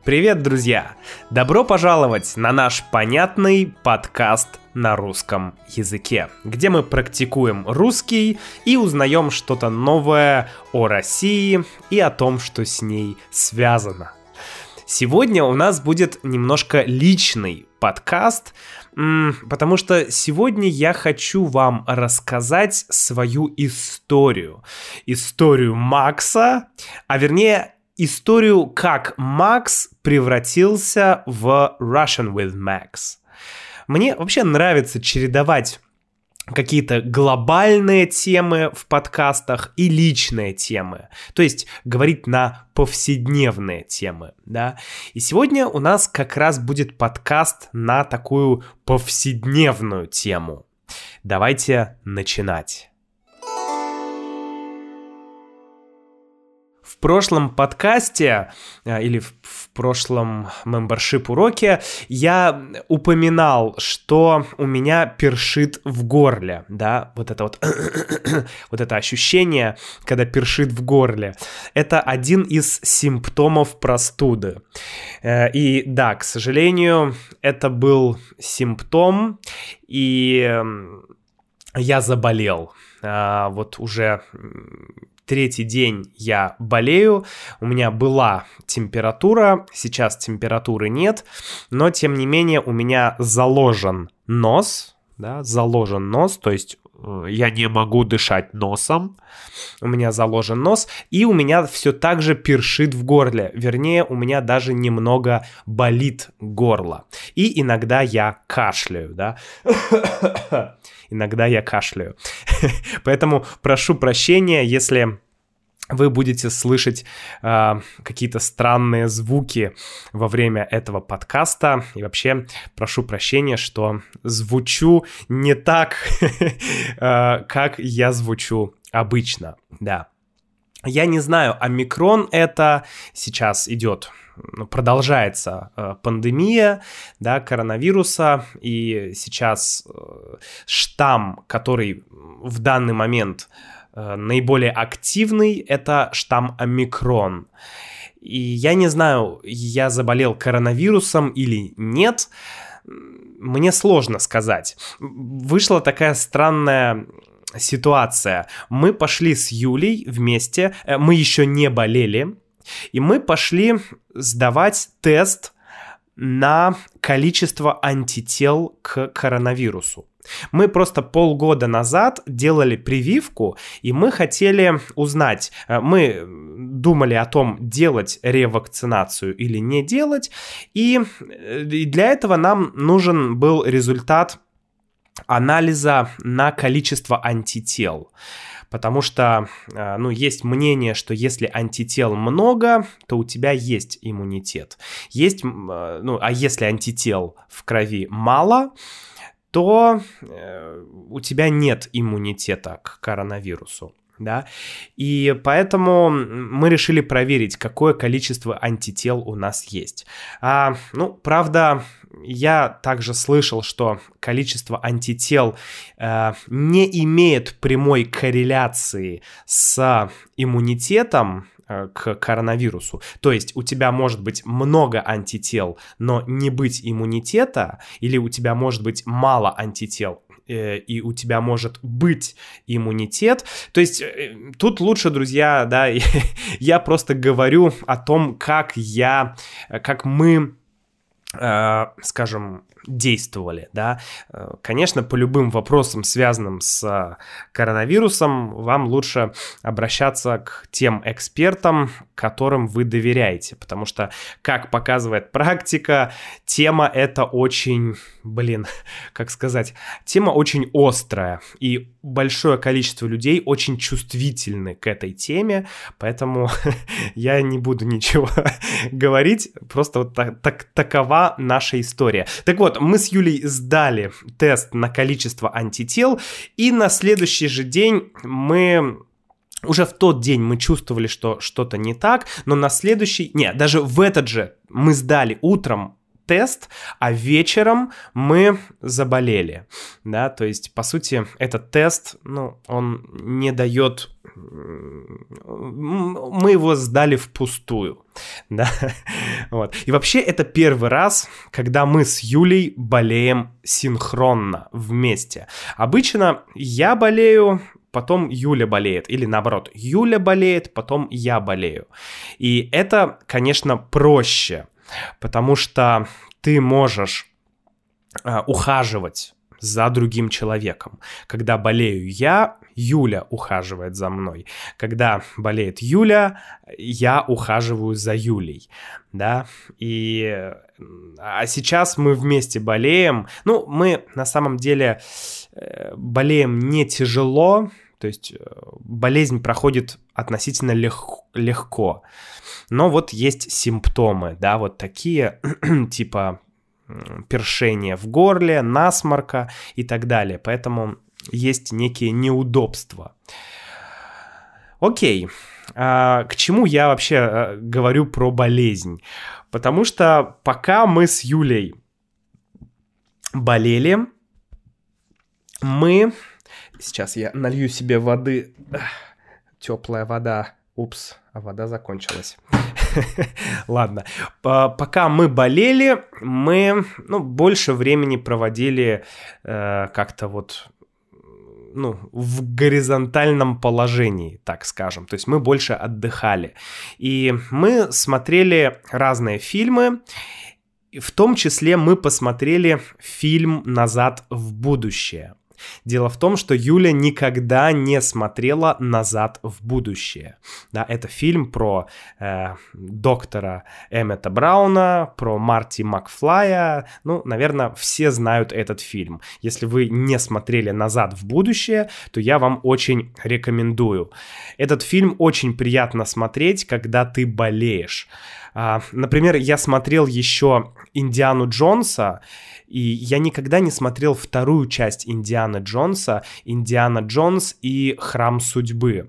Привет, друзья! Добро пожаловать на наш понятный подкаст на русском языке, где мы практикуем русский и узнаем что-то новое о России и о том, что с ней связано. Сегодня у нас будет немножко личный подкаст, потому что сегодня я хочу вам рассказать свою историю. Историю Макса, а вернее историю, как Макс превратился в Russian with Max. Мне вообще нравится чередовать какие-то глобальные темы в подкастах и личные темы. То есть говорить на повседневные темы, да. И сегодня у нас как раз будет подкаст на такую повседневную тему. Давайте начинать. В прошлом подкасте или в прошлом мембершип уроке я упоминал, что у меня першит в горле, да, вот это вот это ощущение, когда першит в горле, это один из симптомов простуды. И да, к сожалению, это был симптом, и я заболел. Вот уже третий день я болею, у меня была температура, сейчас температуры нет, но тем не менее у меня заложен нос, да, то есть я не могу дышать носом, у меня заложен нос, и у меня все так же першит в горле, вернее, у меня даже немного болит горло, и иногда я кашляю, да. Иногда я кашляю. Поэтому прошу прощения, если вы будете слышать какие-то странные звуки во время этого подкаста. И вообще прошу прощения, что звучу не так, как я звучу обычно. Да. Я не знаю, омикрон это сейчас идет. Продолжается пандемия, да, коронавируса, и сейчас штамм, который в данный момент наиболее активный, это штамм омикрон. И я не знаю, я заболел коронавирусом или нет, мне сложно сказать. Вышла такая странная ситуация. Мы пошли с Юлей вместе, мы еще не болели, и мы пошли сдавать тест на количество антител к коронавирусу. Мы просто полгода назад делали прививку, и мы хотели узнать, мы думали о том, делать ревакцинацию или не делать, и для этого нам нужен был результат анализа на количество антител. Потому что, есть мнение, что если антител много, то у тебя есть иммунитет. А если антител в крови мало, то у тебя нет иммунитета к коронавирусу. Да? И поэтому мы решили проверить, какое количество антител у нас есть. Правда, я также слышал, что количество антител не имеет прямой корреляции с иммунитетом к коронавирусу. То есть у тебя может быть много антител, но не быть иммунитета, или у тебя может быть мало антител, и у тебя может быть иммунитет. То есть тут лучше, друзья, да, я просто говорю о том, как мы, скажем, действовали, да. Конечно, по любым вопросам, связанным с коронавирусом, вам лучше обращаться к тем экспертам, которым вы доверяете, потому что, как показывает практика, тема эта очень, тема очень острая, и большое количество людей очень чувствительны к этой теме, поэтому я не буду ничего говорить, просто вот такова наша история. Так вот, мы с Юлей сдали тест на количество антител, и на следующий же день уже в тот день мы чувствовали, что что-то не так, но даже в этот же мы сдали утром тест, а вечером мы заболели, да, то есть, по сути, этот тест, он не дает, мы его сдали впустую, да, вот. И вообще это первый раз, когда мы с Юлей болеем синхронно вместе. Обычно я болею, потом Юля болеет, или наоборот, Юля болеет, потом я болею. И это, конечно, проще, потому что ты можешь ухаживать за другим человеком. Когда болею я, Юля ухаживает за мной. Когда болеет Юля, я ухаживаю за Юлей, да, а сейчас мы вместе болеем. Мы на самом деле болеем не тяжело, то есть болезнь проходит относительно легко. Но вот есть симптомы, да, вот такие, типа першения в горле, насморка и так далее. Поэтому есть некие неудобства. Окей, к чему я вообще говорю про болезнь? Потому что пока мы с Юлей болели, Сейчас я налью себе воды. Теплая вода. Упс, а вода закончилась. Ладно. Пока мы болели, мы больше времени проводили как-то вот в горизонтальном положении, так скажем. То есть мы больше отдыхали. И мы смотрели разные фильмы. В том числе мы посмотрели фильм «Назад в будущее». Дело в том, что Юля никогда не смотрела «Назад в будущее». Да, это фильм про доктора Эммета Брауна, про Марти Макфлая. Наверное, все знают этот фильм. Если вы не смотрели «Назад в будущее», то я вам очень рекомендую. Этот фильм очень приятно смотреть, когда ты болеешь. Например, я смотрел еще «Индиану Джонса», и я никогда не смотрел вторую часть Индианы Джонса, «Индиана Джонс и Храм судьбы».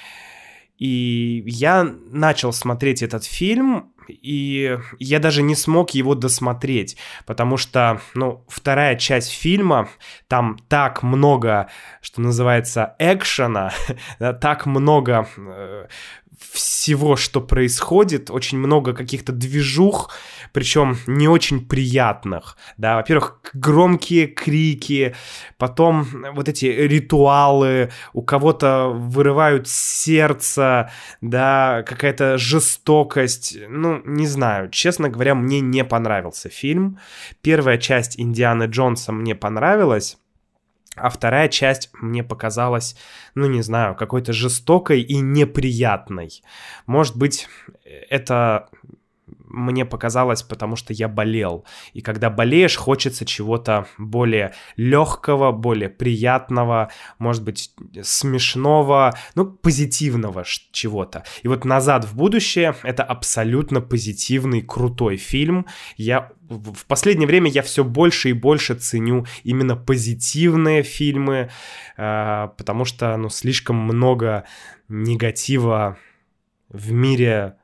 И я начал смотреть этот фильм, и я даже не смог его досмотреть, потому что, вторая часть фильма, там так много, что называется, экшена, так много всего, что происходит, очень много каких-то движух, причем не очень приятных, да, во-первых, громкие крики, потом вот эти ритуалы, у кого-то вырывают сердце, да, какая-то жестокость, не знаю, честно говоря, мне не понравился фильм. Первая часть «Индианы Джонса» мне понравилась, а вторая часть мне показалась, не знаю, какой-то жестокой и неприятной. Может быть, это мне показалось, потому что я болел. И когда болеешь, хочется чего-то более легкого, более приятного, может быть, смешного, позитивного чего-то. И вот «Назад в будущее» — это абсолютно позитивный, крутой фильм. В последнее время я все больше и больше ценю именно позитивные фильмы, потому что, слишком много негатива в мире,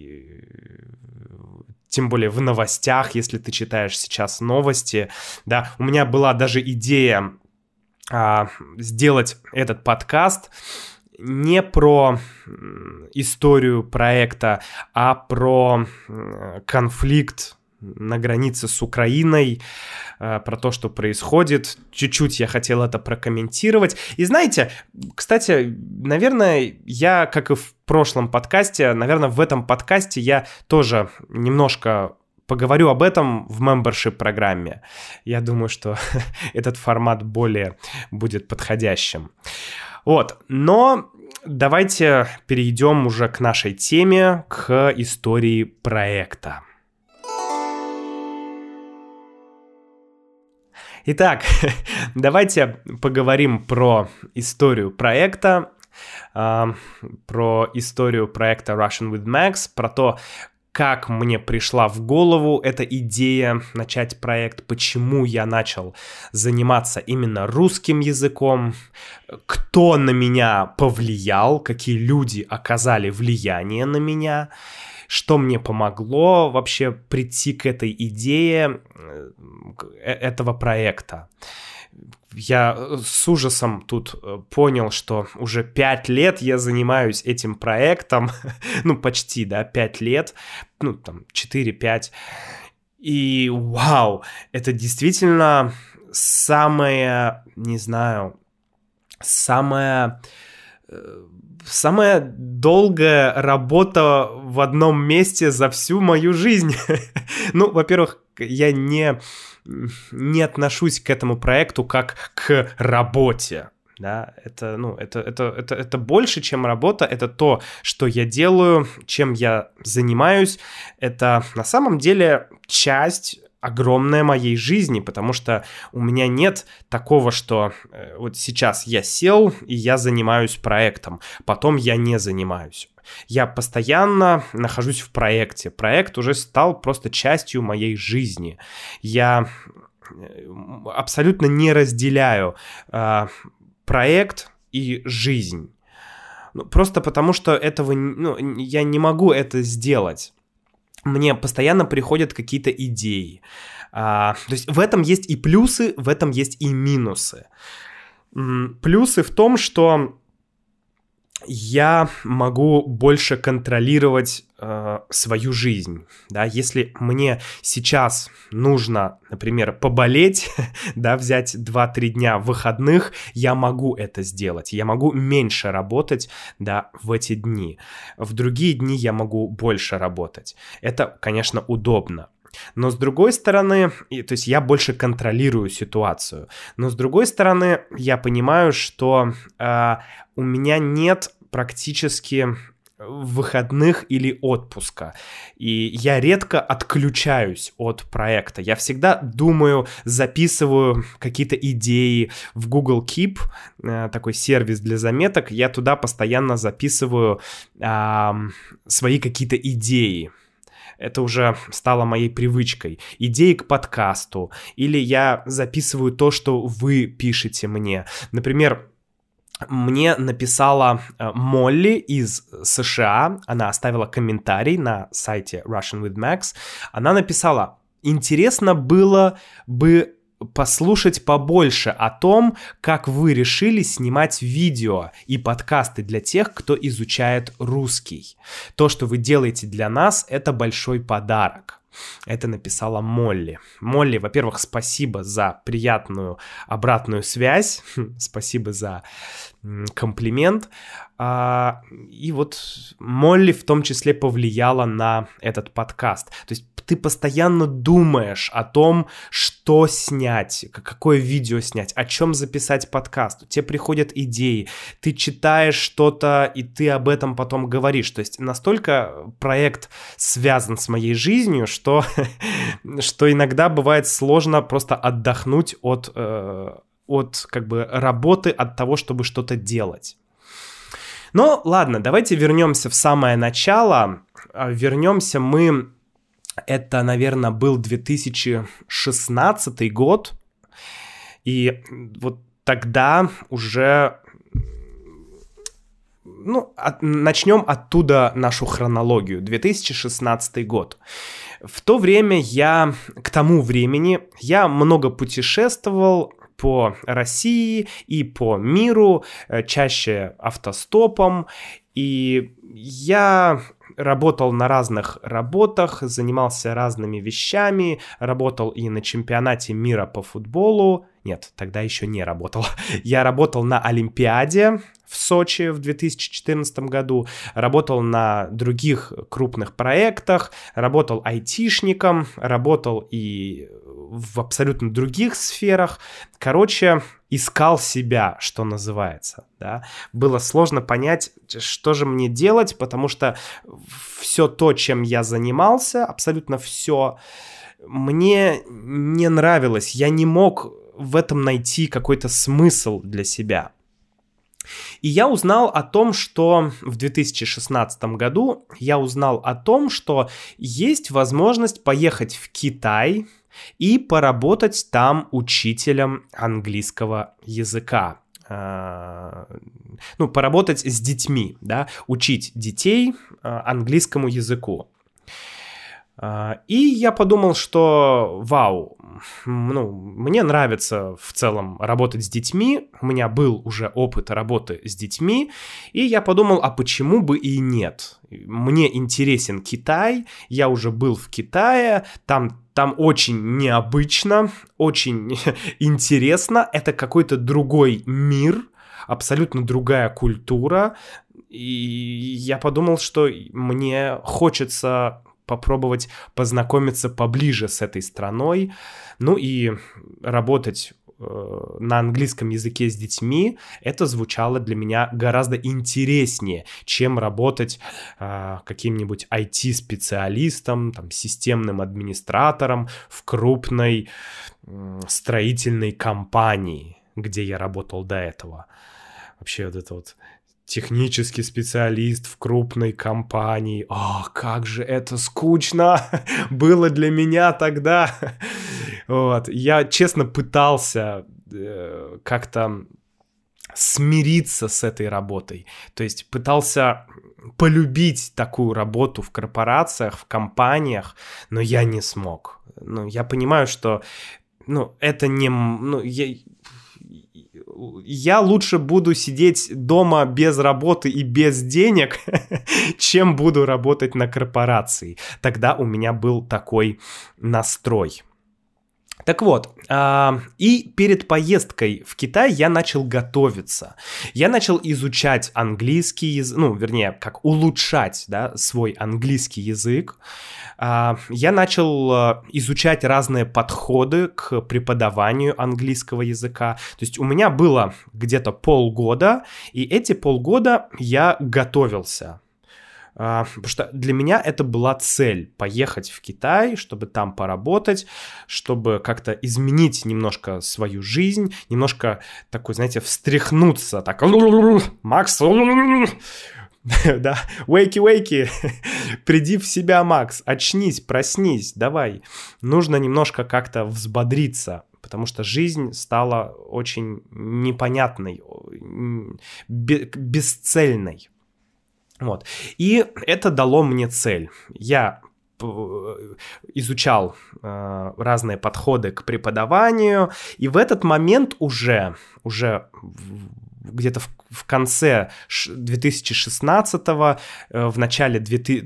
тем более в новостях, если ты читаешь сейчас новости, да, у меня была даже идея сделать этот подкаст не про историю проекта, а про конфликт на границе с Украиной, про то, что происходит. Чуть-чуть я хотел это прокомментировать. И знаете, кстати, наверное, я, как и в прошлом подкасте, наверное, в этом подкасте я тоже немножко поговорю об этом в membership-программе. Я думаю, что этот формат более будет подходящим. Вот, но давайте перейдем уже к нашей теме, к истории проекта. Итак, давайте поговорим про историю проекта, про историю проекта Russian with Max, про то, как мне пришла в голову эта идея начать проект, почему я начал заниматься именно русским языком, кто на меня повлиял, какие люди оказали влияние на меня. что мне помогло вообще прийти к этой идее этого проекта. Я с ужасом тут понял, что уже 5 лет я занимаюсь этим проектом, ну, почти, да, 5 лет, ну, там, 4-5, и вау, это действительно самая, не знаю, самая долгая работа в одном месте за всю мою жизнь. Ну, во-первых, я не отношусь к этому проекту как к работе. Да, это больше, чем работа, это то, что я делаю, чем я занимаюсь. Это на самом деле часть огромная моей жизни, потому что у меня нет такого, что вот сейчас я сел и я занимаюсь проектом, потом я не занимаюсь. Я постоянно нахожусь в проекте. Проект уже стал просто частью моей жизни. Я абсолютно не разделяю проект и жизнь. Просто потому что я не могу это сделать. Мне постоянно приходят какие-то идеи. То есть в этом есть и плюсы, в этом есть и минусы. Плюсы в том, что я могу больше контролировать свою жизнь, да, если мне сейчас нужно, например, поболеть, да, взять 2-3 дня выходных, я могу это сделать, я могу меньше работать, да, в эти дни, в другие дни я могу больше работать, это, конечно, удобно. Но с другой стороны, то есть я больше контролирую ситуацию, но с другой стороны, я понимаю, что у меня нет практически выходных или отпуска, и я редко отключаюсь от проекта. Я всегда думаю, записываю какие-то идеи в Google Keep, такой сервис для заметок, я туда постоянно записываю свои какие-то идеи. Это уже стало моей привычкой. Идеи к подкасту. Или я записываю то, что вы пишете мне. Например, мне написала Молли из США. Она оставила комментарий на сайте Russian with Max. Она написала: интересно было бы послушать побольше о том, как вы решили снимать видео и подкасты для тех, кто изучает русский. То, что вы делаете для нас, это большой подарок. Это написала Молли. Молли, во-первых, спасибо за приятную обратную связь. Спасибо за комплимент. И вот Молли в том числе повлияла на этот подкаст. То есть ты постоянно думаешь о том, что снять, какое видео снять, о чем записать подкаст. Тебе приходят идеи, ты читаешь что-то, и ты об этом потом говоришь. То есть настолько проект связан с моей жизнью, что иногда бывает сложно просто отдохнуть от как бы работы, от того, чтобы что-то делать. Но ладно, давайте вернемся в самое начало. Вернемся мы... Это, наверное, был 2016 год, и вот тогда уже, начнем оттуда нашу хронологию. 2016 год. В то время к тому времени я много путешествовал по России и по миру, чаще автостопом, и я работал на разных работах, занимался разными вещами, работал и на чемпионате мира по футболу. Нет, тогда еще не работал. Я работал на Олимпиаде в Сочи в 2014 году, работал на других крупных проектах, работал айтишником, работал и в абсолютно других сферах. Короче, искал себя, что называется, да. Было сложно понять, что же мне делать, потому что все то, чем я занимался, абсолютно все, мне не нравилось. Я не мог в этом найти какой-то смысл для себя. И я узнал о том, что в 2016 году что есть возможность поехать в Китай и поработать там учителем английского языка. Поработать с детьми, да, учить детей английскому языку. И я подумал, что вау, мне нравится в целом работать с детьми, у меня был уже опыт работы с детьми, и я подумал, а почему бы и нет? Мне интересен Китай, я уже был в Китае, там очень необычно, очень интересно, это какой-то другой мир, абсолютно другая культура, и я подумал, что мне хочется попробовать познакомиться поближе с этой страной, и работать на английском языке с детьми, это звучало для меня гораздо интереснее, чем работать каким-нибудь IT-специалистом, системным администратором в крупной строительной компании, где я работал до этого. Вообще вот это вот технический специалист в крупной компании. Как же это скучно было для меня тогда. Я честно пытался как-то смириться с этой работой. То есть пытался полюбить такую работу в корпорациях, в компаниях, но я не смог. Я понимаю, что это не... Я лучше буду сидеть дома без работы и без денег, чем буду работать на корпорации. Тогда у меня был такой настрой. Так вот, и перед поездкой в Китай я начал готовиться. Я начал изучать английский язык, как улучшать, свой английский язык. Я начал изучать разные подходы к преподаванию английского языка. То есть у меня было где-то полгода, и эти полгода я готовился. Потому что для меня это была цель — поехать в Китай, чтобы там поработать, чтобы как-то изменить немножко свою жизнь, немножко такой, встряхнуться, так, Макс, да, wakey, приди в себя, Макс, очнись, проснись, давай, нужно немножко как-то взбодриться, потому что жизнь стала очень непонятной, бесцельной. И это дало мне цель. Я изучал разные подходы к преподаванию, и в этот момент уже где-то в конце 2016-го, в начале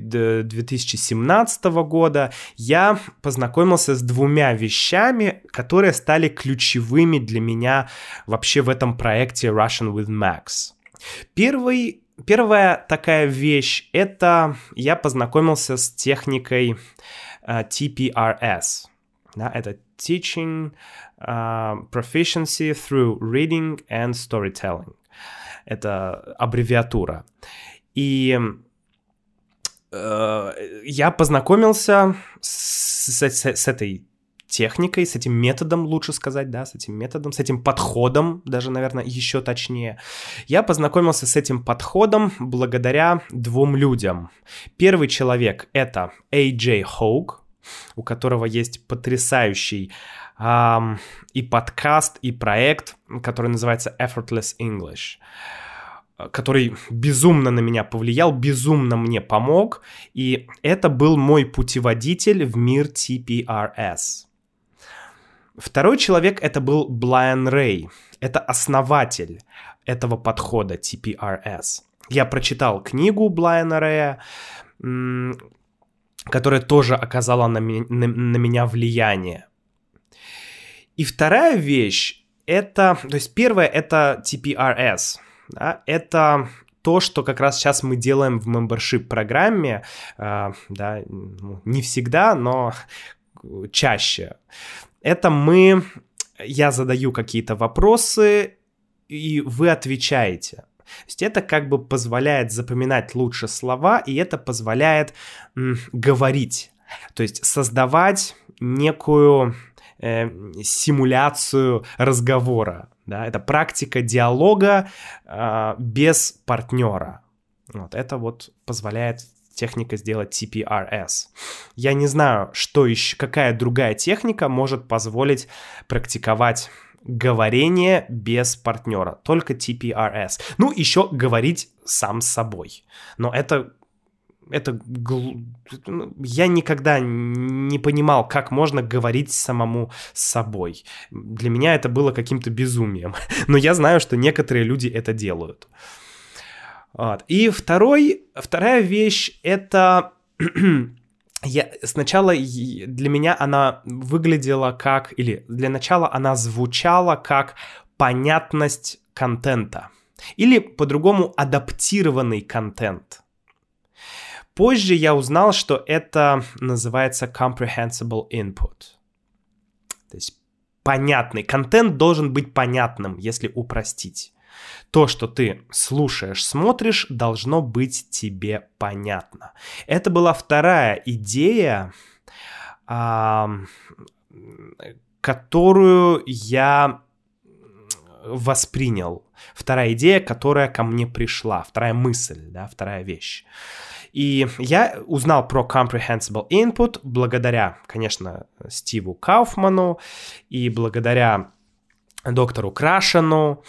2017 года я познакомился с двумя вещами, которые стали ключевыми для меня вообще в этом проекте Russian with Max. Первая такая вещь — это я познакомился с техникой TPRS. Это Teaching Proficiency Through Reading and Storytelling. Это аббревиатура. И я познакомился с этой техникой, с этим методом, лучше сказать, с этим методом, с этим подходом, даже, наверное, еще точнее. Я познакомился с этим подходом благодаря двум людям. Первый человек — это AJ Hogue, у которого есть потрясающий и подкаст, и проект, который называется Effortless English, который безумно на меня повлиял, безумно мне помог, и это был мой путеводитель в мир TPRS. Второй человек — это был Брайан Рэй. Это основатель этого подхода TPRS. Я прочитал книгу Брайана Рэя, которая тоже оказала на меня влияние. И вторая вещь — это... То есть первое — это TPRS. Это то, что как раз сейчас мы делаем в membership-программе. Не всегда, но чаще. Это я задаю какие-то вопросы, и вы отвечаете. То есть это как бы позволяет запоминать лучше слова, и это позволяет говорить. То есть создавать некую симуляцию разговора. Это практика диалога без партнера. Это позволяет техника сделать TPRS. Я не знаю, какая другая техника может позволить практиковать говорение без партнера. Только TPRS. Еще говорить сам с собой. Но это я никогда не понимал, как можно говорить самому с собой. Для меня это было каким-то безумием. Но я знаю, что некоторые люди это делают. Вот. И вторая вещь — это... Сначала для меня она выглядела как... Или для начала она звучала как понятность контента. Или по-другому адаптированный контент. Позже я узнал, что это называется comprehensible input. То есть понятный. Контент должен быть понятным, если упростить. То, что ты слушаешь, смотришь, должно быть тебе понятно. Это была вторая идея, которую я воспринял. Вторая идея, которая ко мне пришла. Вторая мысль, да, вторая вещь. И я узнал про comprehensible input благодаря, конечно, Стиву Кауфману и благодаря доктору Крашену.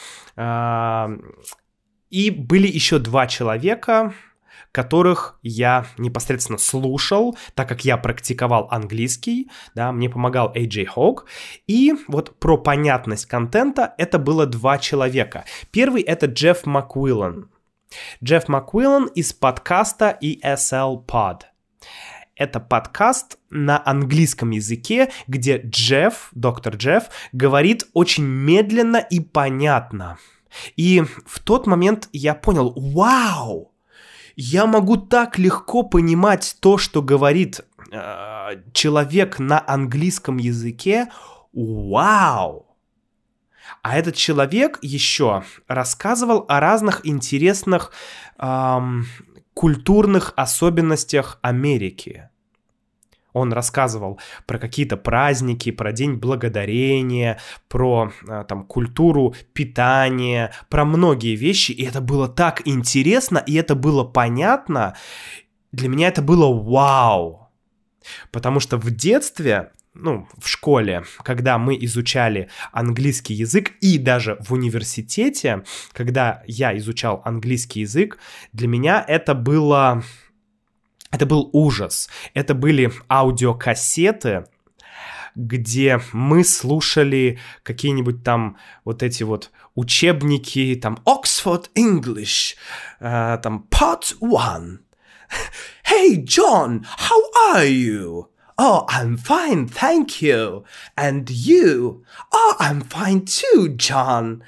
И были еще 2 человека, которых я непосредственно слушал, так как я практиковал английский, да, мне помогал AJ Hawk. И вот про понятность контента это было 2 человека. Первый — это Джефф Макуиллан. Джефф Макуиллан из подкаста ESL Pod. Это подкаст на английском языке, где доктор Джефф, говорит очень медленно и понятно. И в тот момент я понял: вау! Я могу так легко понимать то, что говорит человек на английском языке. Вау! А этот человек еще рассказывал о разных интересных культурных особенностях Америки. Он рассказывал про какие-то праздники, про День Благодарения, про там, культуру питания, про многие вещи. И это было так интересно, и это было понятно. Для меня это было вау. Потому что в детстве, в школе, когда мы изучали английский язык, и даже в университете, когда я изучал английский язык, для меня это был ужас. Это были аудиокассеты, где мы слушали какие-нибудь там вот эти вот учебники, там Oxford English, там Part 1. Hey, John, how are you? Oh, I'm fine, thank you. And you? Oh, I'm fine too, John.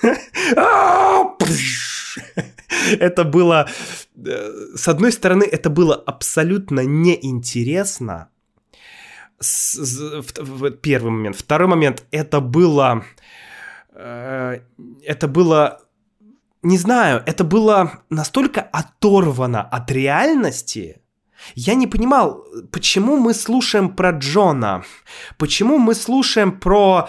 Это было... С одной стороны, это было абсолютно неинтересно. Первый момент. Второй момент, это было... Не знаю, это было настолько оторвано от реальности. Я не понимал, почему мы слушаем про Джона, почему мы слушаем про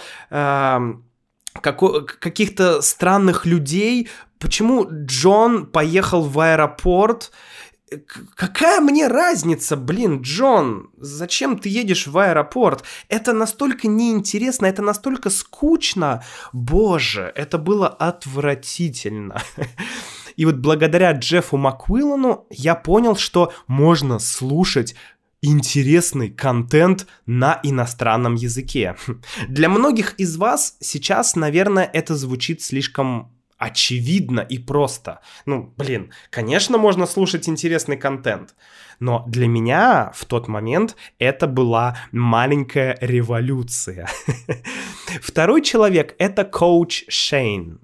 каких-то странных людей, почему Джон поехал в аэропорт. Какая мне разница, Джон, зачем ты едешь в аэропорт? Это настолько неинтересно, это настолько скучно. Боже, это было отвратительно. И вот благодаря Джеффу Макуиллану я понял, что можно слушать интересный контент на иностранном языке. Для многих из вас сейчас, наверное, это звучит слишком очевидно и просто. Конечно, можно слушать интересный контент, но для меня в тот момент это была маленькая революция. Второй человек — это коуч Шейн.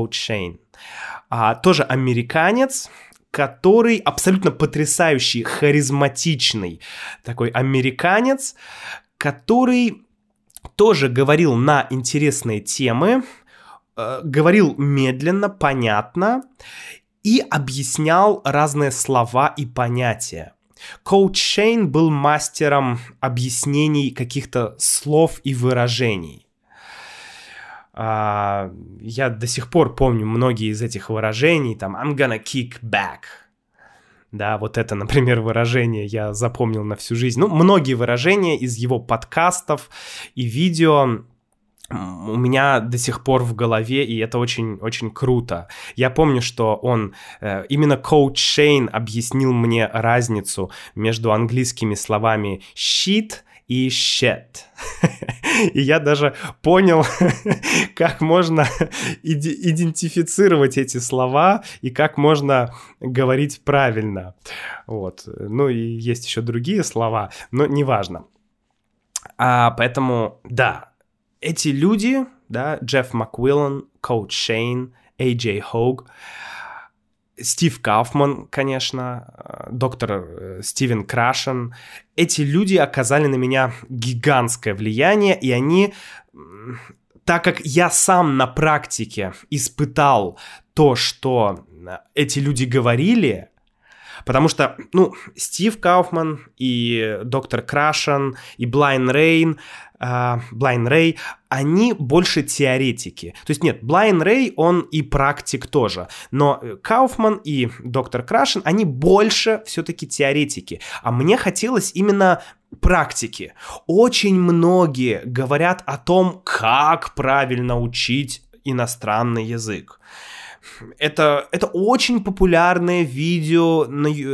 Тоже американец, который абсолютно потрясающий, харизматичный такой американец, который тоже говорил на интересные темы, говорил медленно, понятно и объяснял разные слова и понятия. Коуч Шейн был мастером объяснений каких-то слов и выражений. Я до сих пор помню многие из этих выражений, там I'm gonna kick back. Да, вот это, например, выражение я запомнил на всю жизнь. Многие выражения из его подкастов и видео у меня до сих пор в голове, и это очень-очень круто. Я помню, что именно коуч Шейн объяснил мне разницу между английскими словами shit и shit. И я даже понял, как можно идентифицировать эти слова и как можно говорить правильно. Вот. Ну и есть еще другие слова, но неважно. Поэтому, да, эти люди, да, Джефф Маквиллан, коуч Шейн, Эй-Джей Хог, Стив Кауфман, конечно, доктор Стивен Крашен. Эти люди оказали на меня гигантское влияние, и они, так как я сам на практике испытал то, что эти люди говорили, потому что, Стив Кауфман и доктор Крашен и Блайн Рэй, они больше теоретики. То есть нет, Блайн Рэй, он и практик тоже. Но Кауфман и доктор Крашен, они больше все-таки теоретики. А мне хотелось именно практики. Очень многие говорят о том, как правильно учить иностранный язык. Это очень популярное видео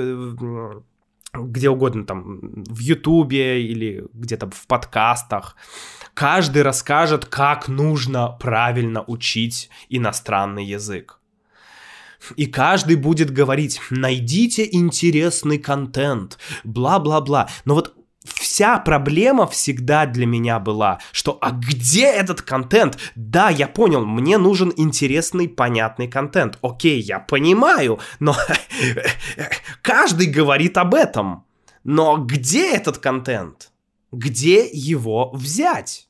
где угодно, там, в Ютубе или где-то в подкастах. Каждый расскажет, как нужно правильно учить иностранный язык. И каждый будет говорить: найдите интересный контент, бла-бла-бла. Но вот вся проблема всегда для меня была, что где этот контент? Да, я понял, мне нужен интересный, понятный контент. Окей, я понимаю, но каждый говорит об этом. Но где этот контент? Где его взять?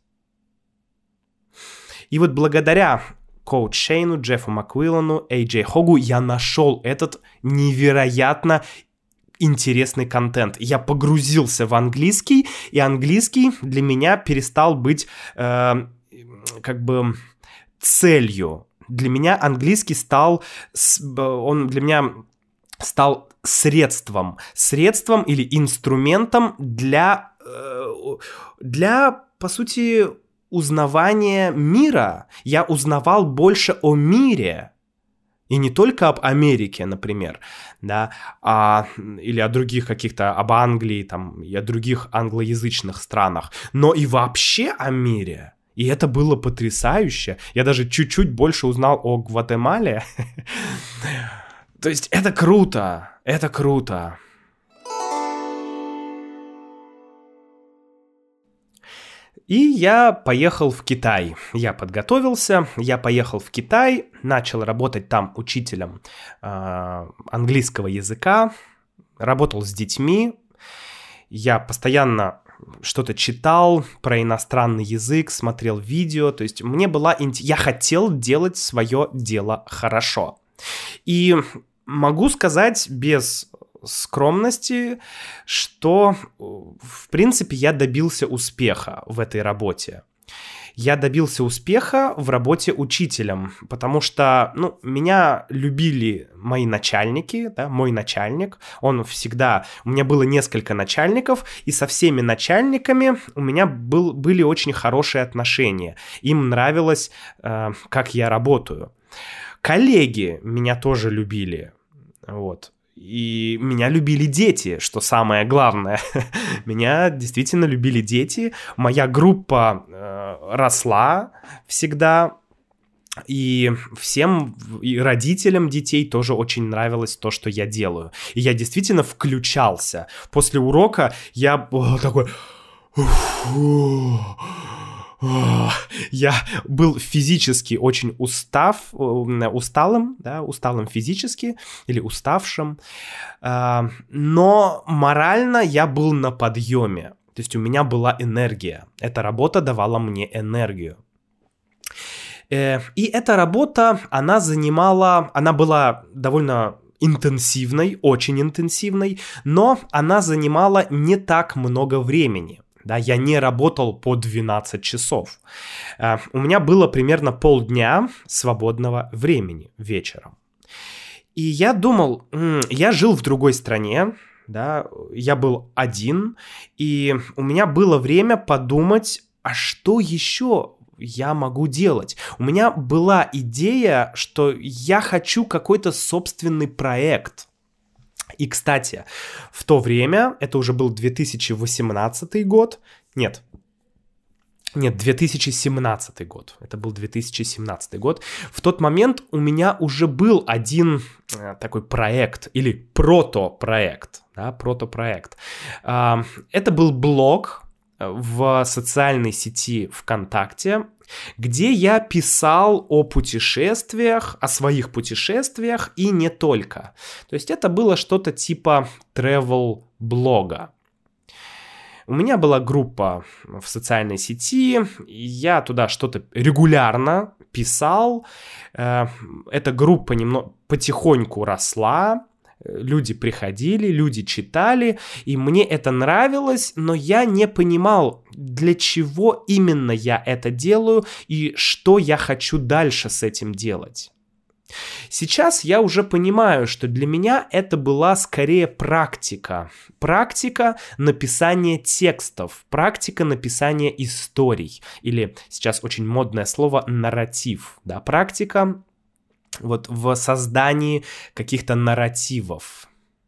И вот благодаря коуч Шейну, Джеффу Маквиллану, Эй-Джей Хогу я нашел этот невероятно интересный контент. Я погрузился в английский, и английский для меня перестал быть целью. Для меня английский стал средством или инструментом для, по сути, узнавания мира. Я узнавал больше о мире. И не только об Америке, например, да, или о других каких-то, об Англии, там, и о других англоязычных странах, но и вообще о мире. И это было потрясающе. Я даже чуть-чуть больше узнал о Гватемале. То есть это круто, это круто. И я поехал в Китай. Я подготовился, я поехал в Китай, начал работать там учителем английского языка, работал с детьми. Я постоянно что-то читал про иностранный язык, смотрел видео. То есть я хотел делать свое дело хорошо. И могу сказать без скромности, что, в принципе, я добился успеха в этой работе. Я добился успеха в работе учителем, потому что, меня любили мои начальники, да, мой начальник, у меня было несколько начальников, и со всеми начальниками у меня были очень хорошие отношения. Им нравилось, как я работаю. Коллеги меня тоже любили, вот. И меня любили дети, что самое главное. Меня действительно любили дети. Моя группа росла всегда. И всем, и родителям детей тоже очень нравилось то, что я делаю. И я действительно включался. После урока я был такой... Я был физически очень усталым физически, или уставшим, но морально я был на подъеме, то есть у меня была энергия, эта работа давала мне энергию. И эта работа, она была довольно интенсивной, очень интенсивной, но она занимала не так много времени. Да, я не работал по 12 часов. У меня было примерно полдня свободного времени вечером. И я думал, я жил в другой стране, да, я был один, и у меня было время подумать, а что еще я могу делать. У меня была идея, что я хочу какой-то собственный проект. И, кстати, в то время, это уже был 2018 год, нет, 2017 год. Это был 2017 год. В тот момент у меня уже был один такой проект или протопроект. Да, протопроект. Это был блог в социальной сети ВКонтакте, где я писал о путешествиях, о своих путешествиях и не только. То есть это было что-то типа travel-блога. У меня была группа в социальной сети, я туда что-то регулярно писал. Эта группа потихоньку росла, люди приходили, люди читали, и мне это нравилось, но я не понимал, для чего именно я это делаю и что я хочу дальше с этим делать. Сейчас я уже понимаю, что для меня это была скорее практика. Практика написания текстов, практика написания историй. Или сейчас очень модное слово нарратив. Да? Практика вот в создании каких-то нарративов.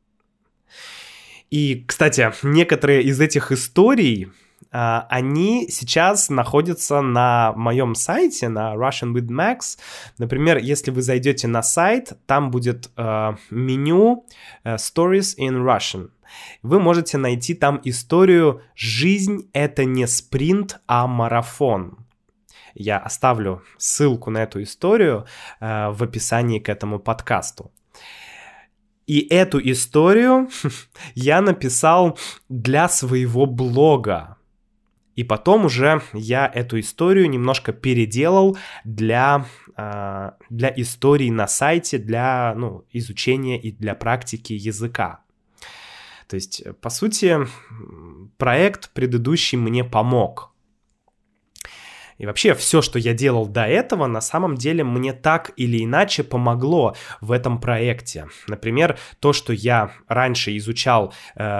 И, кстати, некоторые из этих историй, они сейчас находятся на моем сайте, на Russian with Max. Например, если вы зайдете на сайт, там будет меню Stories in Russian. Вы можете найти там историю «Жизнь — это не спринт, а марафон». Я оставлю ссылку на эту историю в описании к этому подкасту. И эту историю я написал для своего блога. И потом уже я эту историю немножко переделал для историй на сайте, для изучения и для практики языка. То есть, по сути, проект предыдущий мне помог. И вообще все, что я делал до этого, на самом деле мне так или иначе помогло в этом проекте. Например, то, что я раньше изучал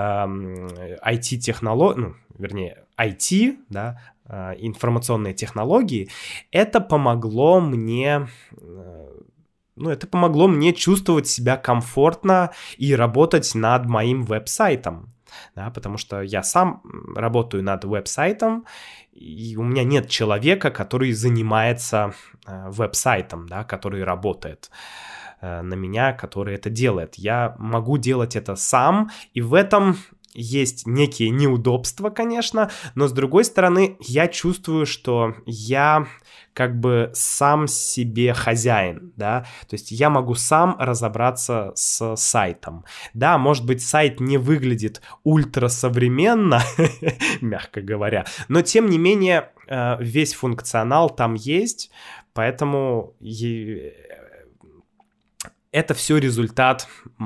IT, да, информационные технологии, это помогло мне... это помогло мне чувствовать себя комфортно и работать над моим веб-сайтом. Да, потому что я сам работаю над веб-сайтом, и у меня нет человека, который занимается веб-сайтом, да, который работает на меня, который это делает. Я могу делать это сам, и в этом есть некие неудобства, конечно, но с другой стороны, я чувствую, что я как бы сам себе хозяин, да, то есть я могу сам разобраться с сайтом. Да, может быть, сайт не выглядит ультрасовременно, мягко говоря, но тем не менее весь функционал там есть, поэтому это все результат,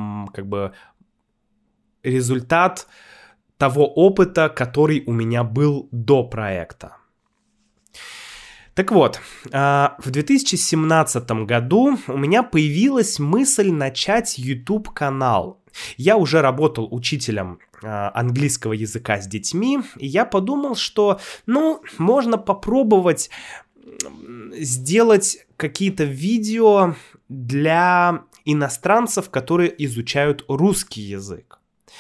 результат того опыта, который у меня был до проекта. Так вот, в 2017 году у меня появилась мысль начать YouTube-канал. Я уже работал учителем английского языка с детьми, и я подумал, что, можно попробовать сделать какие-то видео для иностранцев, которые изучают русский язык.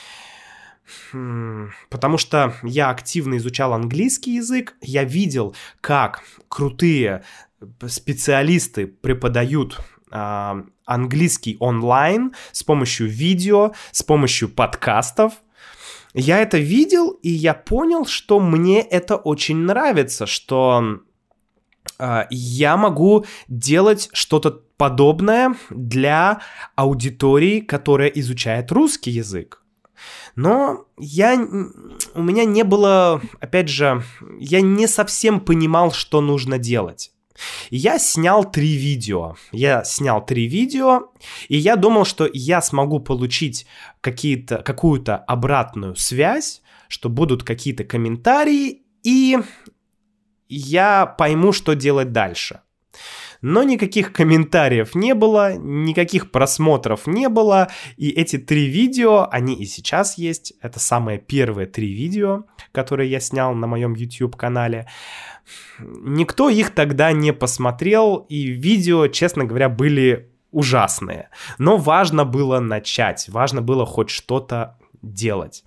Потому что я активно изучал английский язык, я видел, как крутые специалисты преподают английский онлайн с помощью видео, с помощью подкастов. Я это видел, и я понял, что мне это очень нравится, что я могу делать что-то подобное для аудитории, которая изучает русский язык. Но у меня не было, опять же, я не совсем понимал, что нужно делать. Я снял 3 видео. И я думал, что я смогу получить какую-то обратную связь, что будут какие-то комментарии, и я пойму, что делать дальше. Но никаких комментариев не было, никаких просмотров не было. И эти 3 видео, они и сейчас есть. Это самые первые 3 видео, которые я снял на моем YouTube-канале. Никто их тогда не посмотрел, и видео, честно говоря, были ужасные. Но важно было начать, важно было хоть что-то делать.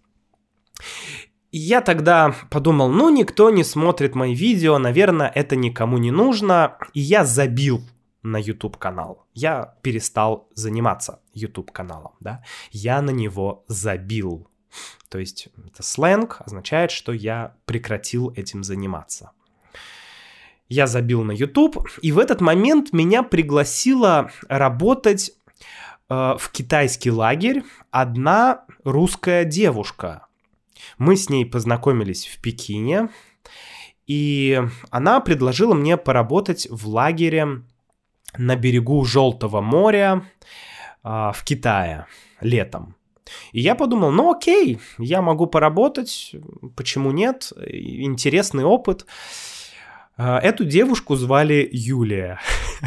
И я тогда подумал, ну, никто не смотрит мои видео, наверное, это никому не нужно, и я забил на YouTube-канал. Я перестал заниматься YouTube-каналом, да, я на него забил. То есть это сленг, означает, что я прекратил этим заниматься. Я забил на YouTube, и в этот момент меня пригласила работать в китайский лагерь одна русская девушка. Мы с ней познакомились в Пекине, и она предложила мне поработать в лагере на берегу Желтого моря в Китае летом. И я подумал, ну окей, я могу поработать, почему нет, интересный опыт. Эту девушку звали Юлия.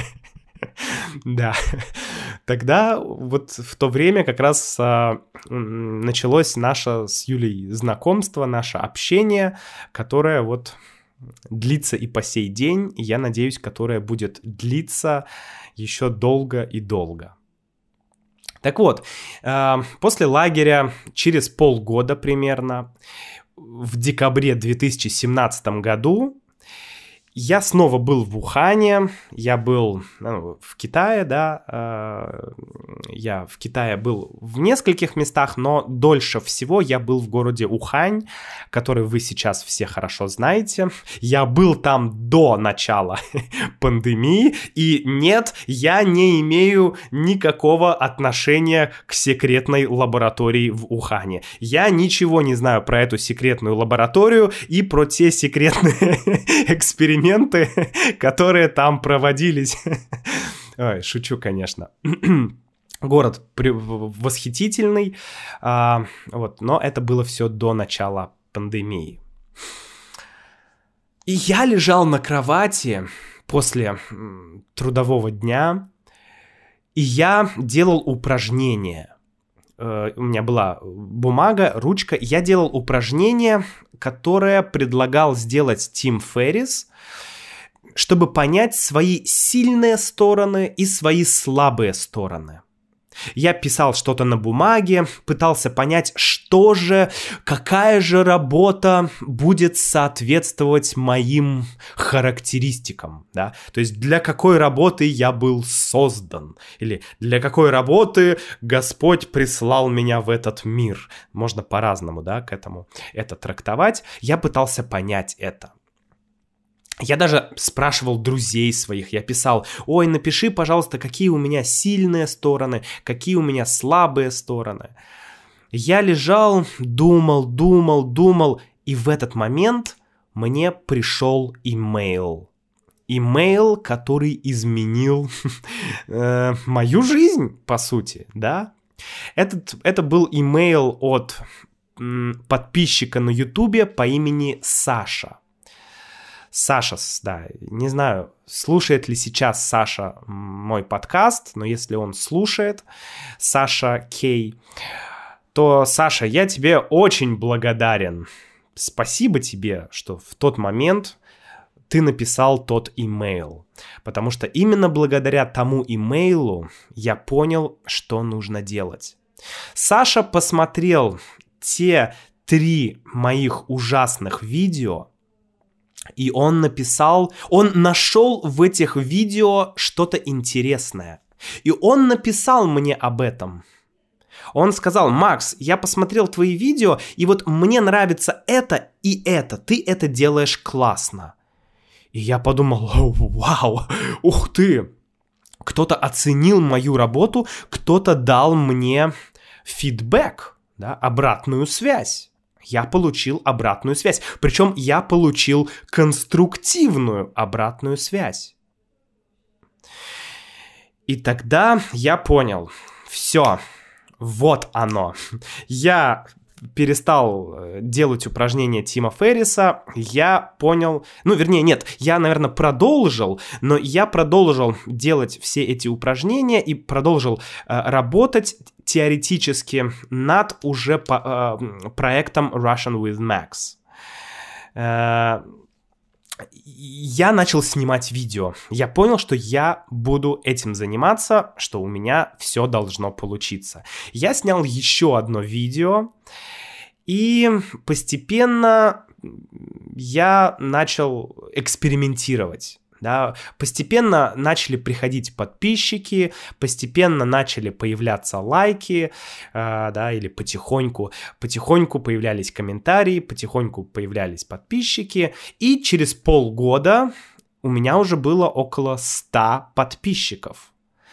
Да, тогда вот в то время как раз началось наше с Юлей знакомство, наше общение, которое вот длится и по сей день, и я надеюсь, которое будет длиться еще долго и долго. Так вот, после лагеря, через полгода примерно, в декабре 2017 году, я снова был в Ухане, я был в Китае, да, я в Китае был в нескольких местах, но дольше всего я был в городе Ухань, который вы сейчас все хорошо знаете. Я был там до начала пандемии, и нет, я не имею никакого отношения к секретной лаборатории в Ухане. Я ничего не знаю про эту секретную лабораторию и про те секретные эксперименты, которые там проводились. Ой, шучу, конечно. Город восхитительный, вот, но это было все до начала пандемии. И я лежал на кровати после трудового дня, и я делал упражнения. У меня была бумага, ручка, я делал упражнение, которое предлагал сделать Тим Феррис, чтобы понять свои сильные стороны и свои слабые стороны. Я писал что-то на бумаге, пытался понять, что же, какая же работа будет соответствовать моим характеристикам, да? То есть для какой работы я был создан, или для какой работы Господь прислал меня в этот мир. Можно по-разному, да, к этому это трактовать. Я пытался понять это. Я даже спрашивал друзей своих, я писал, ой, напиши, пожалуйста, какие у меня сильные стороны, какие у меня слабые стороны. Я лежал, думал, и в этот момент мне пришел имейл. Имейл, который изменил мою жизнь, по сути, да. Это был имейл от подписчика на Ютубе по имени Саша. Саша, да, не знаю, слушает ли сейчас Саша мой подкаст, но если он слушает, Саша Кей, то, Саша, я тебе очень благодарен. Спасибо тебе, что в тот момент ты написал тот имейл, потому что именно благодаря тому имейлу я понял, что нужно делать. Саша посмотрел те 3 моих ужасных видео, и он нашел в этих видео что-то интересное. И он написал мне об этом. Он сказал, Макс, я посмотрел твои видео, и вот мне нравится это и это. Ты это делаешь классно. И я подумал, вау, ух ты. Кто-то оценил мою работу, кто-то дал мне фидбэк, да, обратную связь. Я получил обратную связь. Причем я получил конструктивную обратную связь. И тогда я понял, все, вот оно. Я перестал делать упражнения Тима Ферриса, я понял... Ну, вернее, нет, я, наверное, продолжил, но я продолжил делать все эти упражнения и продолжил работать теоретически над уже проектом Russian with Max. Я начал снимать видео. Я понял, что я буду этим заниматься, что у меня все должно получиться. Я снял еще одно видео, и постепенно я начал экспериментировать. Да, постепенно начали приходить подписчики, постепенно начали появляться лайки, да, или потихоньку появлялись комментарии, потихоньку появлялись подписчики, и через полгода у меня уже было около 100 подписчиков.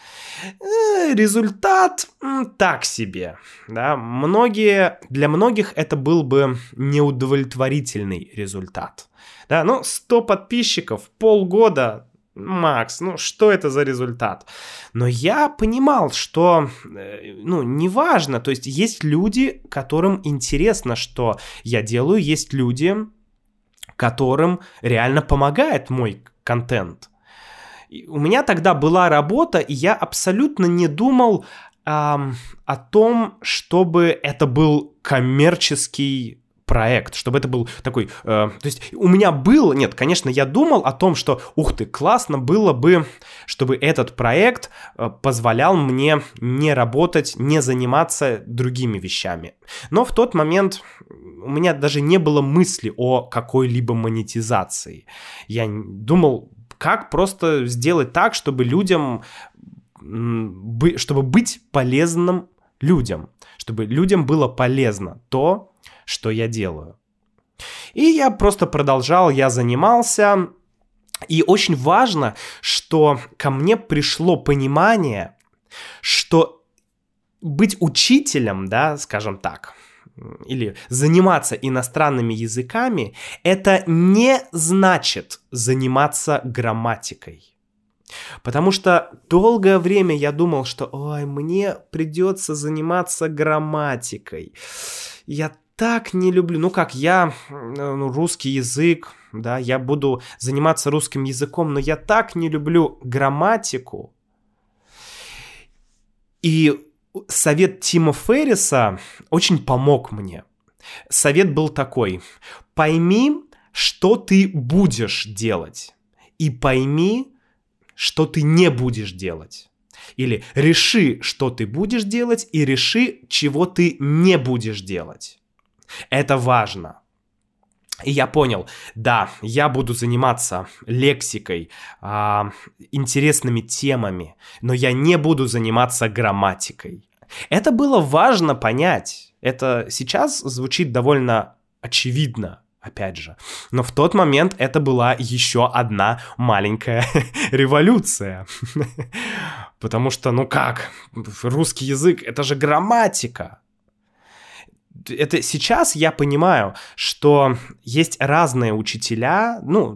Результат так себе, да, для многих это был бы неудовлетворительный результат. Да, 100 подписчиков, полгода, Макс, что это за результат? Но я понимал, что, неважно, то есть есть люди, которым интересно, что я делаю, есть люди, которым реально помогает мой контент. У меня тогда была работа, и я абсолютно не думал о том, чтобы это был коммерческий проект, чтобы это был такой... то есть у меня был... Нет, конечно, я думал о том, что, ух ты, классно было бы, чтобы этот проект позволял мне не работать, не заниматься другими вещами. Но в тот момент у меня даже не было мысли о какой-либо монетизации. Я думал, как просто сделать так, чтобы людям... чтобы быть полезным людям. Чтобы людям было полезно то, что я делаю. И я просто продолжал, я занимался. И очень важно, что ко мне пришло понимание, что быть учителем, да, скажем так, или заниматься иностранными языками, это не значит заниматься грамматикой. Потому что долгое время я думал, что мне придется заниматься грамматикой. Я так не люблю, русский язык, да, я буду заниматься русским языком, но я так не люблю грамматику. И совет Тима Ферриса очень помог мне. Совет был такой: пойми, что ты будешь делать, и пойми, что ты не будешь делать. Или реши, что ты будешь делать, и реши, чего ты не будешь делать. Это важно. И я понял, да, я буду заниматься лексикой, интересными темами, но я не буду заниматься грамматикой. Это было важно понять. Это сейчас звучит довольно очевидно, опять же. Но в тот момент это была еще одна маленькая революция. Потому что, русский язык — это же грамматика. Это сейчас я понимаю, что есть разные учителя,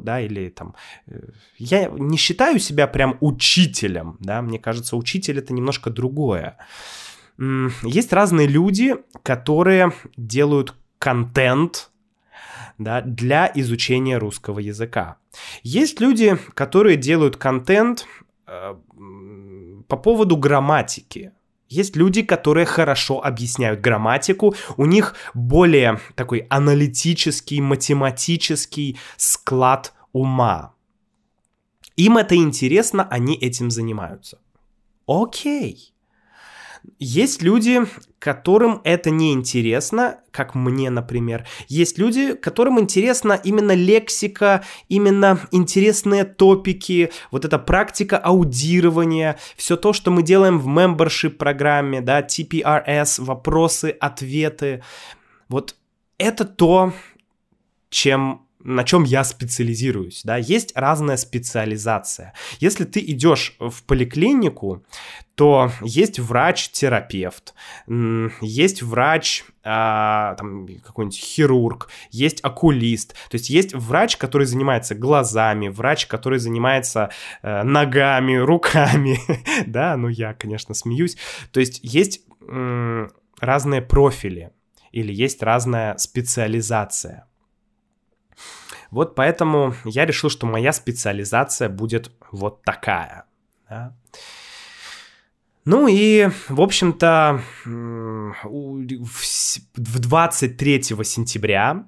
я не считаю себя прям учителем, да, мне кажется, учитель — это немножко другое. Есть разные люди, которые делают контент, да, для изучения русского языка. Есть люди, которые делают контент по поводу грамматики. Есть люди, которые хорошо объясняют грамматику, у них более такой аналитический, математический склад ума. Им это интересно, они этим занимаются. Окей. Есть люди, которым это не интересно, как мне, например. Есть люди, которым интересна именно лексика, именно интересные топики, вот эта практика аудирования, все то, что мы делаем в membership программе, да, TPRS, вопросы, ответы. Вот это то, на чем я специализируюсь, да, есть разная специализация. Если ты идешь в поликлинику, то есть врач-терапевт, есть врач, какой-нибудь хирург, есть окулист, то есть есть врач, который занимается глазами, врач, который занимается ногами, руками, да, я, конечно, смеюсь, то есть разные профили. или есть разная специализация. Вот поэтому я решил, что моя специализация будет вот такая. Да? Ну и, в общем-то, 23 сентября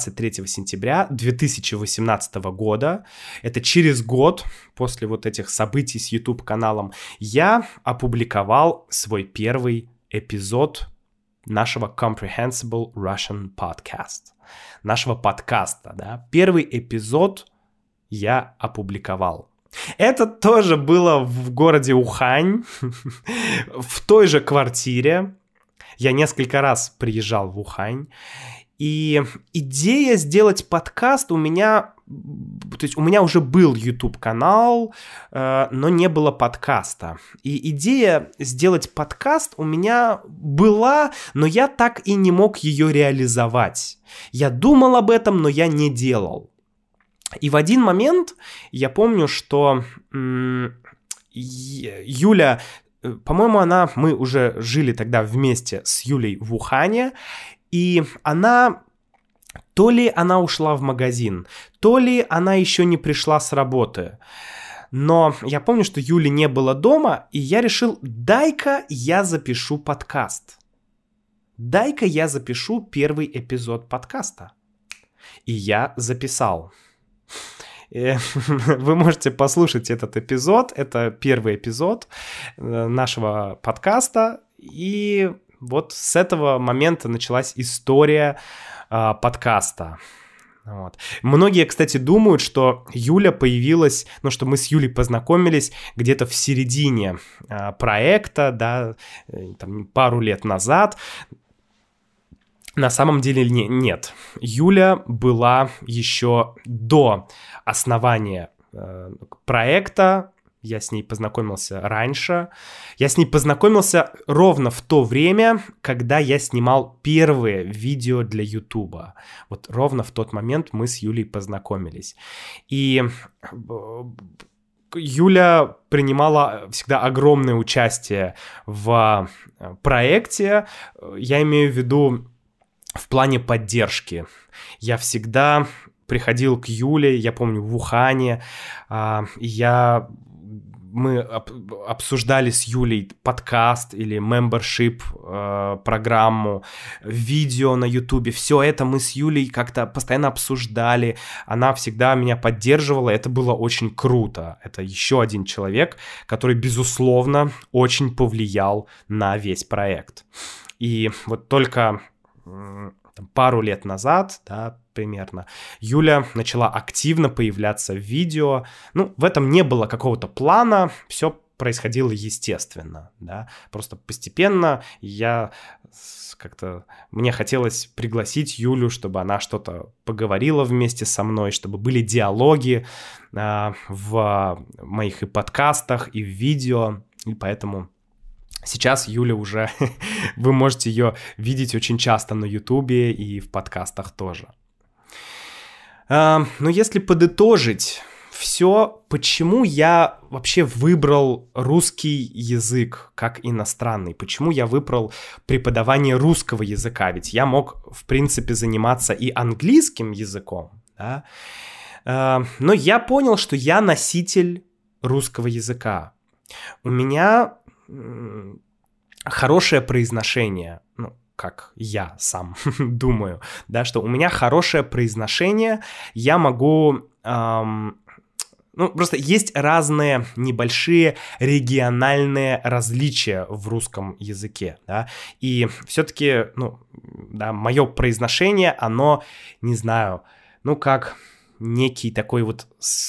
2018 года, это через год после вот этих событий с YouTube-каналом, я опубликовал свой первый эпизод нашего Comprehensible Russian Podcast, нашего подкаста, да. Первый эпизод я опубликовал. Это тоже было в городе Ухань, в той же квартире. Я несколько раз приезжал в Ухань. И идея сделать подкаст у меня... То есть у меня уже был YouTube-канал, но не было подкаста. И идея сделать подкаст у меня была, но я так и не мог ее реализовать. Я думал об этом, но я не делал. И в один момент я помню, что Юля, по-моему, мы уже жили тогда вместе с Юлей в Ухане, и то ли она ушла в магазин, то ли она еще не пришла с работы. Но я помню, что Юли не было дома, и я решил, дай-ка я запишу подкаст. Дай-ка я запишу первый эпизод подкаста. И я записал. Вы можете послушать этот эпизод. Это первый эпизод нашего подкаста. И вот с этого момента началась история подкаста. Вот. Многие, кстати, думают, что Юля появилась, что мы с Юлей познакомились где-то в середине проекта, да, там, пару лет назад. На самом деле нет. Юля была еще до основания проекта. Я с ней познакомился раньше. Я с ней познакомился ровно в то время, когда я снимал первые видео для Ютуба. Вот ровно в тот момент мы с Юлей познакомились. И Юля принимала всегда огромное участие в проекте. Я имею в виду в плане поддержки. Я всегда приходил к Юле, я помню, в Ухане. Мы обсуждали с Юлей подкаст или membership программу, видео на Ютубе. Все это мы с Юлей как-то постоянно обсуждали. Она всегда меня поддерживала. Это было очень круто. Это еще один человек, который, безусловно, очень повлиял на весь проект. И вот только пару лет назад, да, примерно, Юля начала активно появляться в видео. В этом не было какого-то плана, все происходило естественно, да. Просто постепенно мне хотелось пригласить Юлю, чтобы она что-то поговорила вместе со мной, чтобы были диалоги в моих и подкастах, и в видео, и поэтому... Сейчас Юля уже, вы можете ее видеть очень часто на Ютубе и в подкастах тоже. Но если подытожить все, почему я вообще выбрал русский язык как иностранный, почему я выбрал преподавание русского языка, ведь я мог, в принципе, заниматься и английским языком, да? Но я понял, что я носитель русского языка. У меня... хорошее произношение, как я сам думаю, да, что у меня хорошее произношение, я могу, просто есть разные небольшие региональные различия в русском языке, да, и все-таки, да, мое произношение, оно, не знаю, как некий такой вот...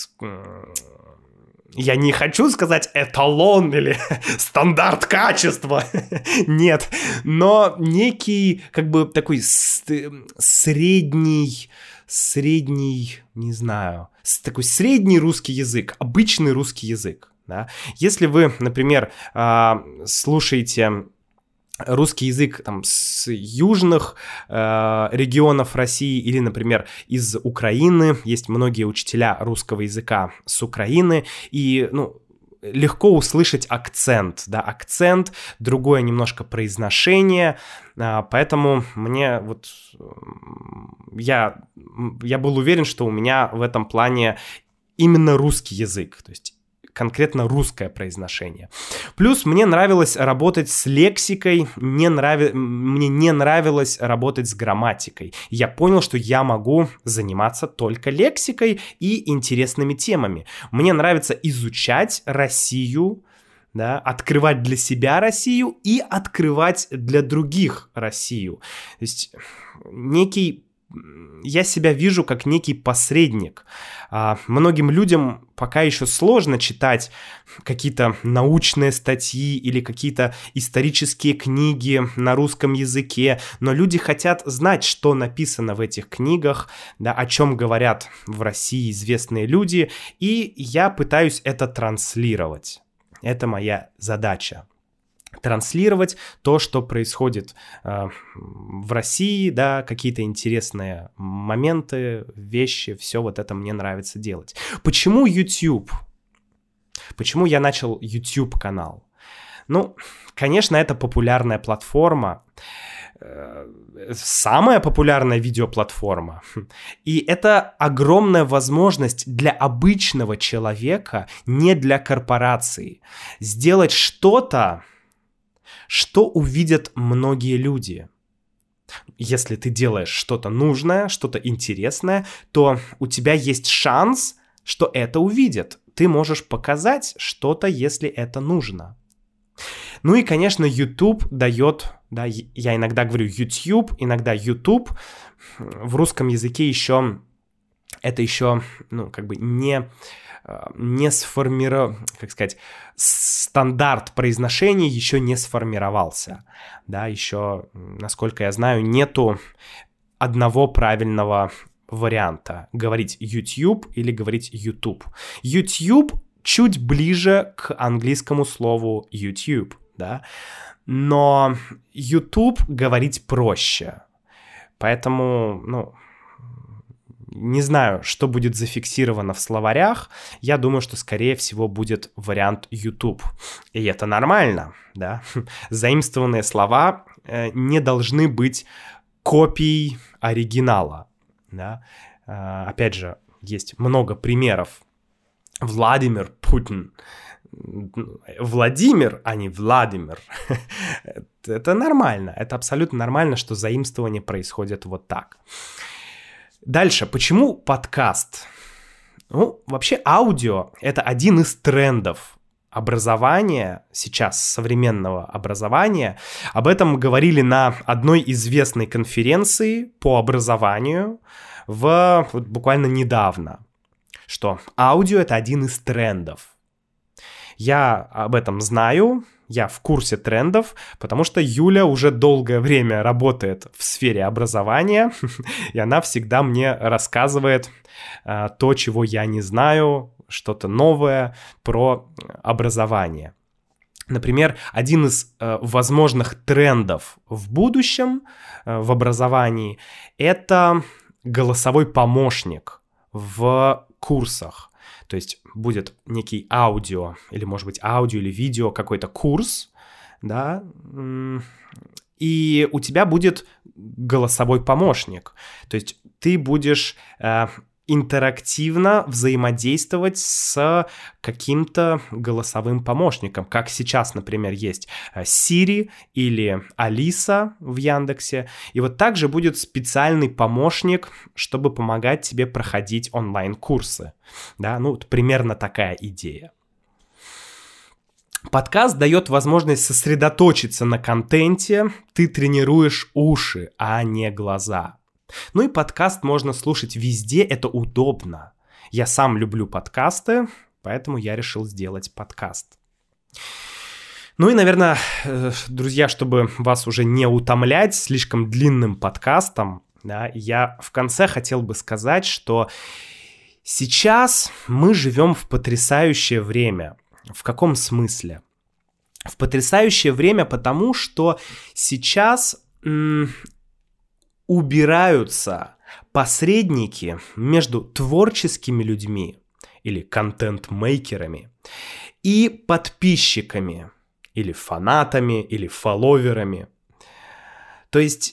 Я не хочу сказать эталон или стандарт качества, нет, но некий, такой средний, не знаю, такой средний русский язык, обычный русский язык, да. Если вы, например, слушаете русский язык там с южных регионов России или, например, из Украины. Есть многие учителя русского языка с Украины. И, легко услышать акцент, да, акцент, другое немножко произношение, поэтому мне вот, я был уверен, что у меня в этом плане именно русский язык, то есть конкретно русское произношение. Плюс мне нравилось работать с лексикой, мне не нравилось работать с грамматикой. Я понял, что я могу заниматься только лексикой и интересными темами. Мне нравится изучать Россию, да, открывать для себя Россию и открывать для других Россию. То есть я себя вижу как некий посредник. Многим людям пока еще сложно читать какие-то научные статьи или какие-то исторические книги на русском языке, но люди хотят знать, что написано в этих книгах, да, о чем говорят в России известные люди, и я пытаюсь это транслировать. Это моя задача. Транслировать то, что происходит в России, да, какие-то интересные моменты, вещи, все вот это мне нравится делать. Почему YouTube? Почему я начал YouTube-канал? Ну, конечно, это популярная платформа, самая популярная видеоплатформа. И это огромная возможность для обычного человека, не для корпорации, сделать что-то, что увидят многие люди. Если ты делаешь что-то нужное, что-то интересное, то у тебя есть шанс, что это увидят. Ты можешь показать что-то, если это нужно. Ну и, конечно, YouTube дает, да, я иногда говорю YouTube, иногда YouTube. В русском языке еще это еще, ну, как бы не сформирован, как сказать, стандарт произношения еще не сформировался, да, еще, насколько я знаю, нету одного правильного варианта говорить YouTube или говорить YouTube. YouTube чуть ближе к английскому слову YouTube, да, но YouTube говорить проще, поэтому, ну, не знаю, что будет зафиксировано в словарях. Я думаю, что, скорее всего, будет вариант YouTube. И это нормально, да. Заимствованные слова не должны быть копией оригинала, да. Опять же, есть много примеров. Владимир Путин. Владимир, а не Владимир. Это нормально. Это абсолютно нормально, что заимствование происходит вот так. Дальше, почему подкаст? Ну, вообще аудио — это один из трендов образования, сейчас современного образования. Об этом говорили на одной известной конференции по образованию вот буквально недавно, что аудио — это один из трендов. Я об этом знаю, я в курсе трендов, потому что Юля уже долгое время работает в сфере образования, и она всегда мне рассказывает то, чего я не знаю, что-то новое про образование. Например, один из возможных трендов в будущем в образовании — это голосовой помощник в курсах. То есть будет некий аудио, или, может быть, аудио или видео, какой-то курс, да, и у тебя будет голосовой помощник. То есть ты будешь интерактивно взаимодействовать с каким-то голосовым помощником, как сейчас, например, есть Siri или Алиса в Яндексе. И вот также будет специальный помощник, чтобы помогать тебе проходить онлайн-курсы. Да, ну, примерно такая идея. Подкаст дает возможность сосредоточиться на контенте, ты тренируешь уши, а не глаза. Ну и подкаст можно слушать везде, это удобно. Я сам люблю подкасты, поэтому я решил сделать подкаст. Ну и, наверное, друзья, чтобы вас уже не утомлять слишком длинным подкастом, да, я в конце хотел бы сказать, что сейчас мы живем в потрясающее время. В каком смысле? В потрясающее время, потому что сейчас убираются посредники между творческими людьми или контент-мейкерами и подписчиками, или фанатами, или фолловерами. То есть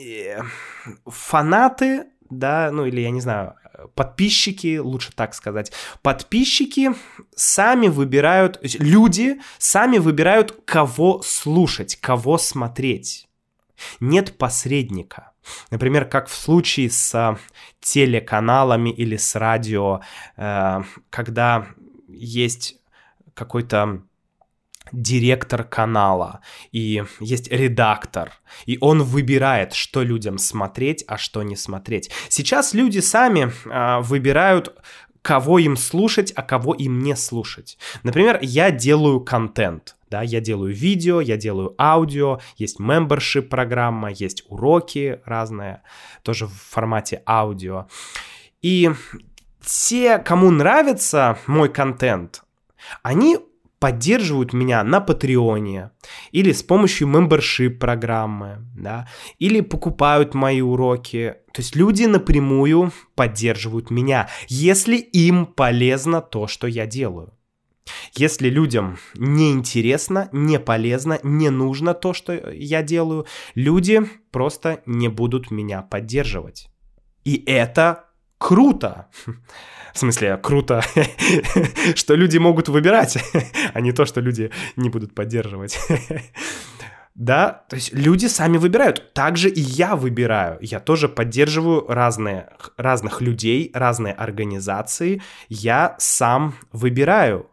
фанаты, да, ну или я не знаю, подписчики, лучше так сказать. Подписчики сами выбирают, люди сами выбирают, кого слушать, кого смотреть. Нет посредника. Например, как в случае с телеканалами или с радио, когда есть какой-то директор канала, и есть редактор, и он выбирает, что людям смотреть, а что не смотреть. Сейчас люди сами выбирают, кого им слушать, а кого им не слушать. Например, я делаю контент, да, я делаю видео, я делаю аудио, есть membership программа, есть уроки разные, тоже в формате аудио. И те, кому нравится мой контент, они поддерживают меня на Патреоне или с помощью membership программы, да, или покупают мои уроки. То есть люди напрямую поддерживают меня, если им полезно то, что я делаю. Если людям не интересно, не полезно, не нужно то, что я делаю, люди просто не будут меня поддерживать. И это круто. В смысле, круто, что люди могут выбирать, а не то, что люди не будут поддерживать. Да, то есть люди сами выбирают. Также и я выбираю. Я тоже поддерживаю разных людей, разные организации. Я сам выбираю,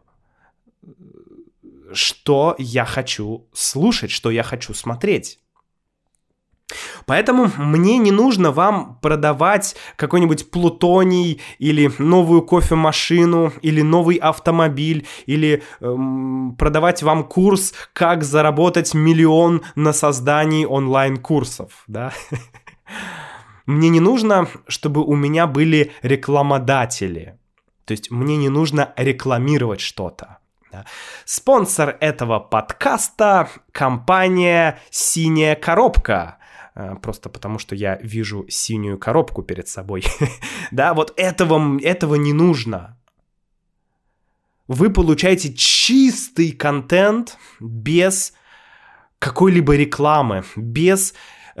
что я хочу слушать, что я хочу смотреть. Поэтому мне не нужно вам продавать какой-нибудь плутоний или новую кофемашину или новый автомобиль или продавать вам курс «Как заработать миллион на создании онлайн-курсов». Да? Мне не нужно, чтобы у меня были рекламодатели. То есть мне не нужно рекламировать что-то. Да? Спонсор этого подкаста – компания «Синяя коробка». Просто потому, что я вижу синюю коробку перед собой. Да, вот этого не нужно. Вы получаете чистый контент без какой-либо рекламы, без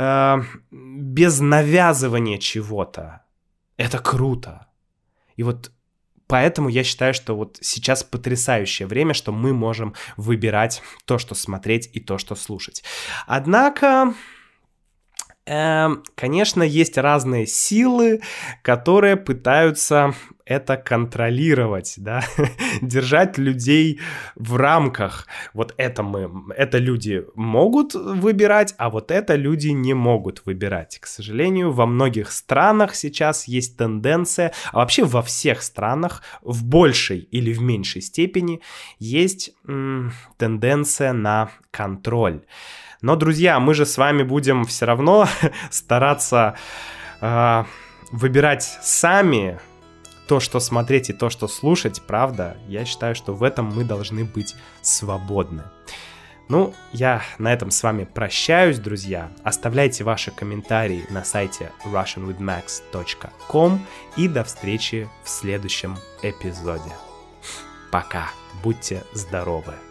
навязывания чего-то. Это круто. И вот поэтому я считаю, что вот сейчас потрясающее время, что мы можем выбирать то, что смотреть, и то, что слушать. Однако... Конечно, есть разные силы, которые пытаются это контролировать, да? Держать людей в рамках. Вот это люди могут выбирать, а вот это люди не могут выбирать. К сожалению, во многих странах сейчас есть тенденция, а вообще во всех странах в большей или в меньшей степени есть тенденция на контроль. Но, друзья, мы же с вами будем все равно стараться выбирать сами то, что смотреть и то, что слушать, правда? Я считаю, что в этом мы должны быть свободны. Ну, я на этом с вами прощаюсь, друзья. Оставляйте ваши комментарии на сайте russianwithmax.com и до встречи в следующем эпизоде. Пока. Будьте здоровы.